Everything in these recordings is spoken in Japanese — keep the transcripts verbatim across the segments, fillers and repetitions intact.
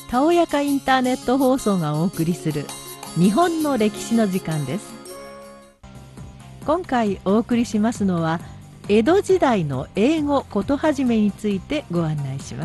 たおやかインターネット放送がお送りする日本の歴史の時間です。今回お送りしますのは江戸時代の英語ことはじめについてご案内します。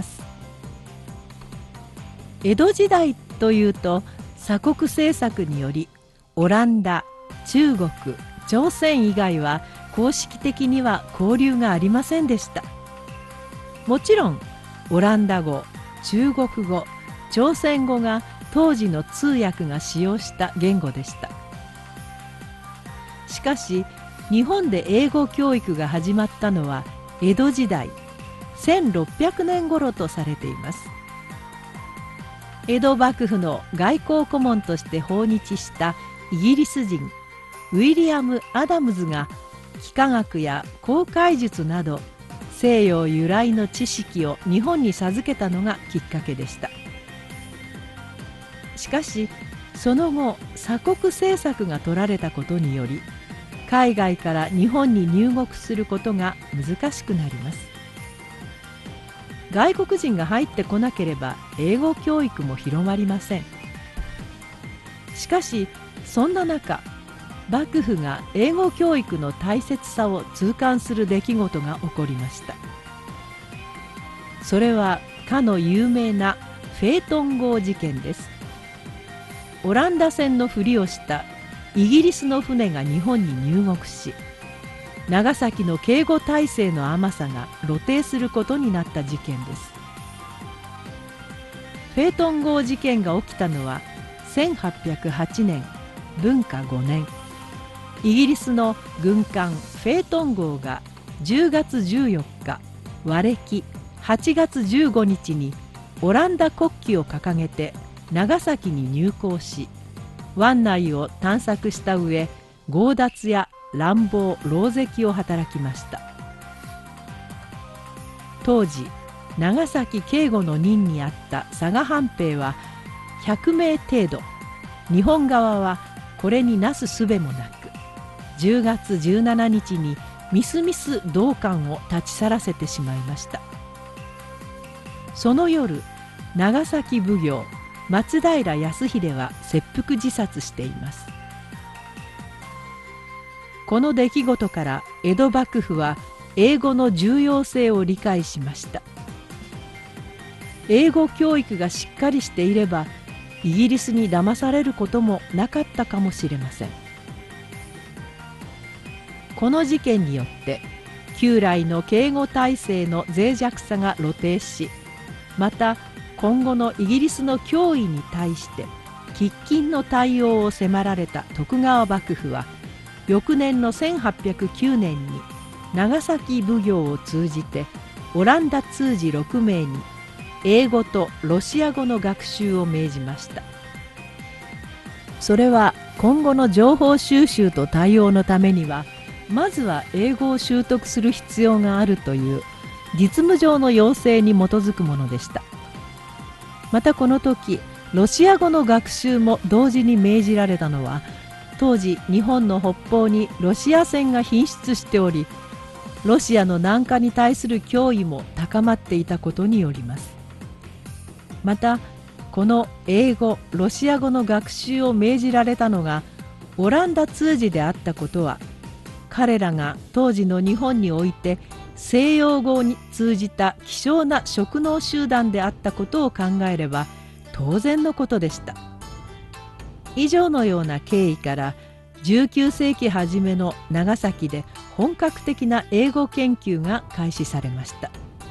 江戸時代というと鎖国政策によりオランダ、中国、朝鮮以外は公式的には交流がありませんでした。もちろんオランダ語、中国語、朝鮮語が当時の通訳が使用した言語でした。しかし日本で英語教育が始まったのは江戸時代せんろっぴゃくねん頃とされています。江戸幕府の外交顧問として訪日したイギリス人ウィリアム・アダムズが幾何学や航海術など西洋由来の知識を日本に授けたのがきっかけでした。しかしその後鎖国政策が取られたことにより海外から日本に入国することが難しくなります。外国人が入ってこなければ英語教育も広まりません。しかしそんな中幕府が英語教育の大切さを痛感する出来事が起こりました。それはかの有名なフェートン号事件です。オランダ船のふりをしたイギリスの船が日本に入国し、長崎の警護体制の甘さが露呈することになった事件です。フェートン号事件が起きたのはせんはっぴゃくはちねん文化ごねん、イギリスの軍艦フェートン号がじゅうがつじゅうよっか和暦はちがつじゅうごにちにオランダ国旗を掲げて長崎に入港し、湾内を探索した上強奪や乱暴狼藉を働きました。当時長崎警護の任にあった佐賀藩兵はひゃくめい程度、日本側はこれになすすべもなくじゅうがつじゅうしちにちにみすみす同艦を立ち去らせてしまいました。その夜長崎奉行松平康秀は切腹自殺しています。この出来事から江戸幕府は英語の重要性を理解しました。英語教育がしっかりしていればイギリスに騙されることもなかったかもしれません。この事件によって旧来の警護体制の脆弱さが露呈し、また今後のイギリスの脅威に対して喫緊の対応を迫られた徳川幕府は翌年のせんはっぴゃくきゅうねんに長崎奉行を通じてオランダ通詞ろくめいに英語とロシア語の学習を命じました。それは今後の情報収集と対応のためにはまずは英語を習得する必要があるという実務上の要請に基づくものでした。またこの時ロシア語の学習も同時に命じられたのは、当時日本の北方にロシア船が進出しており、ロシアの南下に対する脅威も高まっていたことによります。またこの英語ロシア語の学習を命じられたのがオランダ通詞であったことは、彼らが当時の日本において西洋語に通じた希少な職能集団であったことを考えれば当然のことでした。以上のような経緯からじゅうきゅうせいき初めの長崎で本格的な英語研究が開始されました。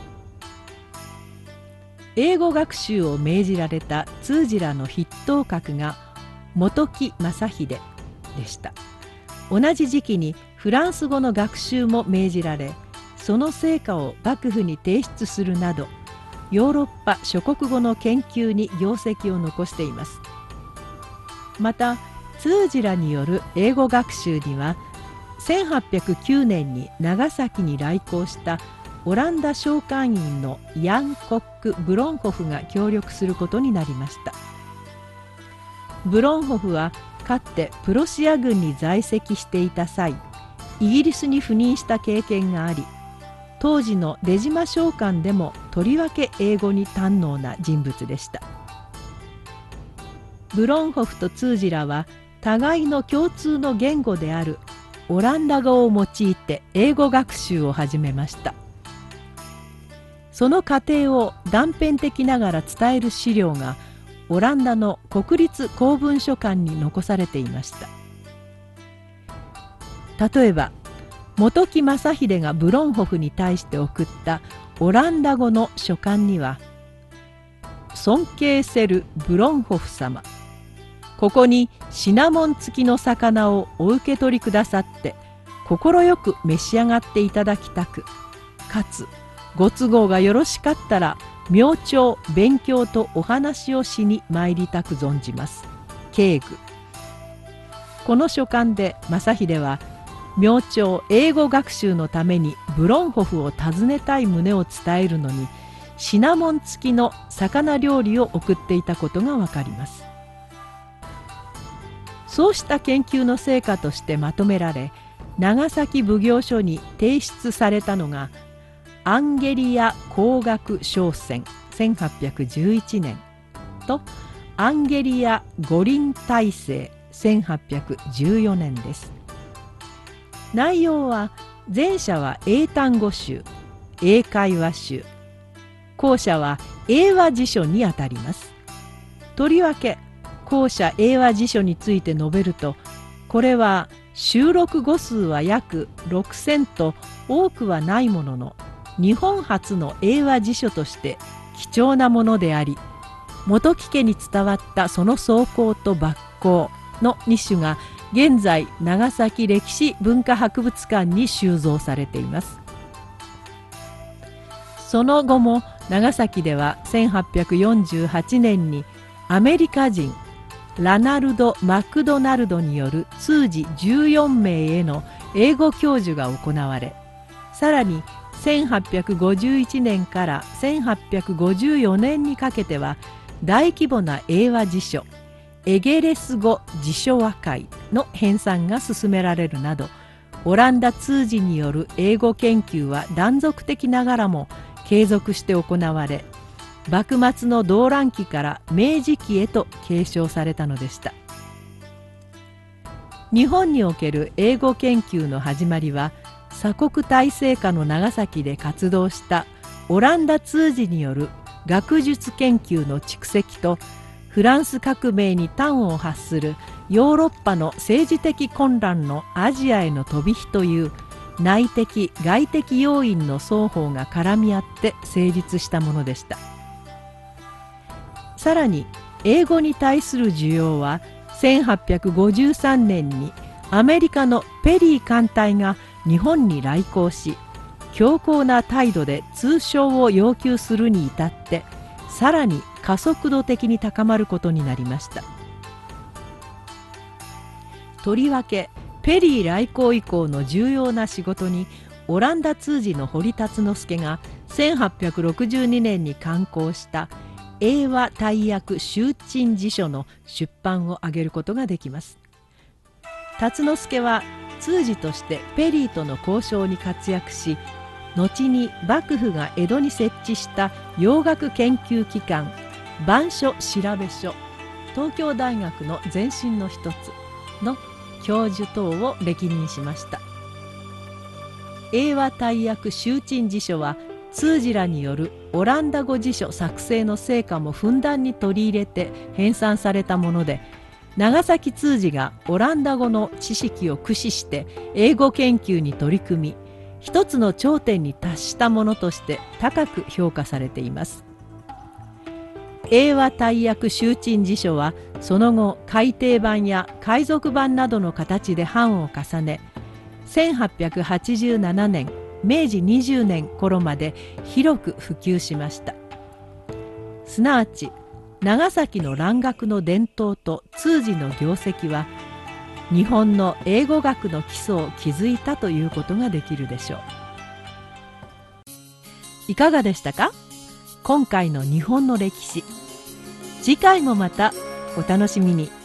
英語学習を命じられた通詞らの筆頭格が本木正秀でした。同じ時期にフランス語の学習も命じられ、その成果を幕府に提出するなどヨーロッパ諸国語の研究に業績を残しています。また通詞らによる英語学習にはせんはっぴゃくきゅうねんに長崎に来航したオランダ商館員のヤン・コック・ブロンホフが協力することになりました。ブロンホフはかつてプロシア軍に在籍していた際、イギリスに赴任した経験があり、当時の出島商館でもとりわけ英語に堪能な人物でした。 ブロンホフと通詞らは互いの共通の言語であるオランダ語を用いて英語学習を始めました。その過程を断片的ながら伝える資料がオランダの国立公文書館に残されていました。例えば本木正秀がブロンホフに対して送ったオランダ語の書簡には「尊敬せるブロンホフ様、ここにシナモン付きの魚をお受け取りくださって快く召し上がっていただきたく、かつご都合がよろしかったら明朝勉強とお話をしに参りたく存じます。敬具」。この書簡で正秀は明朝英語学習のためにブロンホフを訪ねたい旨を伝えるのにシナモン付きの魚料理を送っていたことがわかります。そうした研究の成果としてまとめられ長崎奉行所に提出されたのがアンゲリア工学商船せんはっぴゃくじゅういちねんとアンゲリア五輪大政せんはっぴゃくじゅうよねんです。内容は前者は英単語集、英会話集、後者は英和辞書にあたります。とりわけ後者英和辞書について述べると、これは収録語数は約ろくせんと多くはないものの日本初の英和辞書として貴重なものであり、本木家に伝わったその草稿と抜稿のに種が現在長崎歴史文化博物館に収蔵されています。その後も長崎ではせんはっぴゃくよんじゅうはちねんにアメリカ人ラナルド・マクドナルドによる通詞じゅうよんめいへの英語教授が行われ、さらにせんはっぴゃくごじゅういちねんからせんはっぴゃくごじゅうよねんにかけては大規模な英和辞書エゲレス語辞書和解の編纂が進められるなど、オランダ通詞による英語研究は断続的ながらも継続して行われ、幕末の動乱期から明治期へと継承されたのでした。日本における英語研究の始まりは鎖国体制下の長崎で活動したオランダ通詞による学術研究の蓄積とフランス革命に端を発するヨーロッパの政治的混乱のアジアへの飛び火という内的外的要因の双方が絡み合って成立したものでした。さらに英語に対する需要はせんはっぴゃくごじゅうさんねんにアメリカのペリー艦隊が日本に来航し、強硬な態度で通商を要求するに至ってさらに加速度的に高まることになりました。とりわけペリー来航以降の重要な仕事にオランダ通詞の堀辰之助がせんはっぴゃくろくじゅうにねんに刊行した英和大訳集珍辞書の出版を挙げることができます。辰之助は通詞としてペリーとの交渉に活躍し、後に幕府が江戸に設置した洋学研究機関板書調べ所、東京大学の前身の一つの教授等を歴任しました。英和大訳集珍辞書は通詞らによるオランダ語辞書作成の成果もふんだんに取り入れて編纂されたもので、長崎通詞がオランダ語の知識を駆使して英語研究に取り組み、一つの頂点に達したものとして高く評価されています。英和大訳集珍辞書はその後改訂版や海賊版などの形で版を重ね、せんはっぴゃくはちじゅうななねんめいじにじゅうねん頃まで広く普及しました。すなわち長崎の蘭学の伝統と通詞の業績は日本の英語学の基礎を築いたということができるでしょう。いかがでしたか？今回の日本の歴史。次回もまたお楽しみに。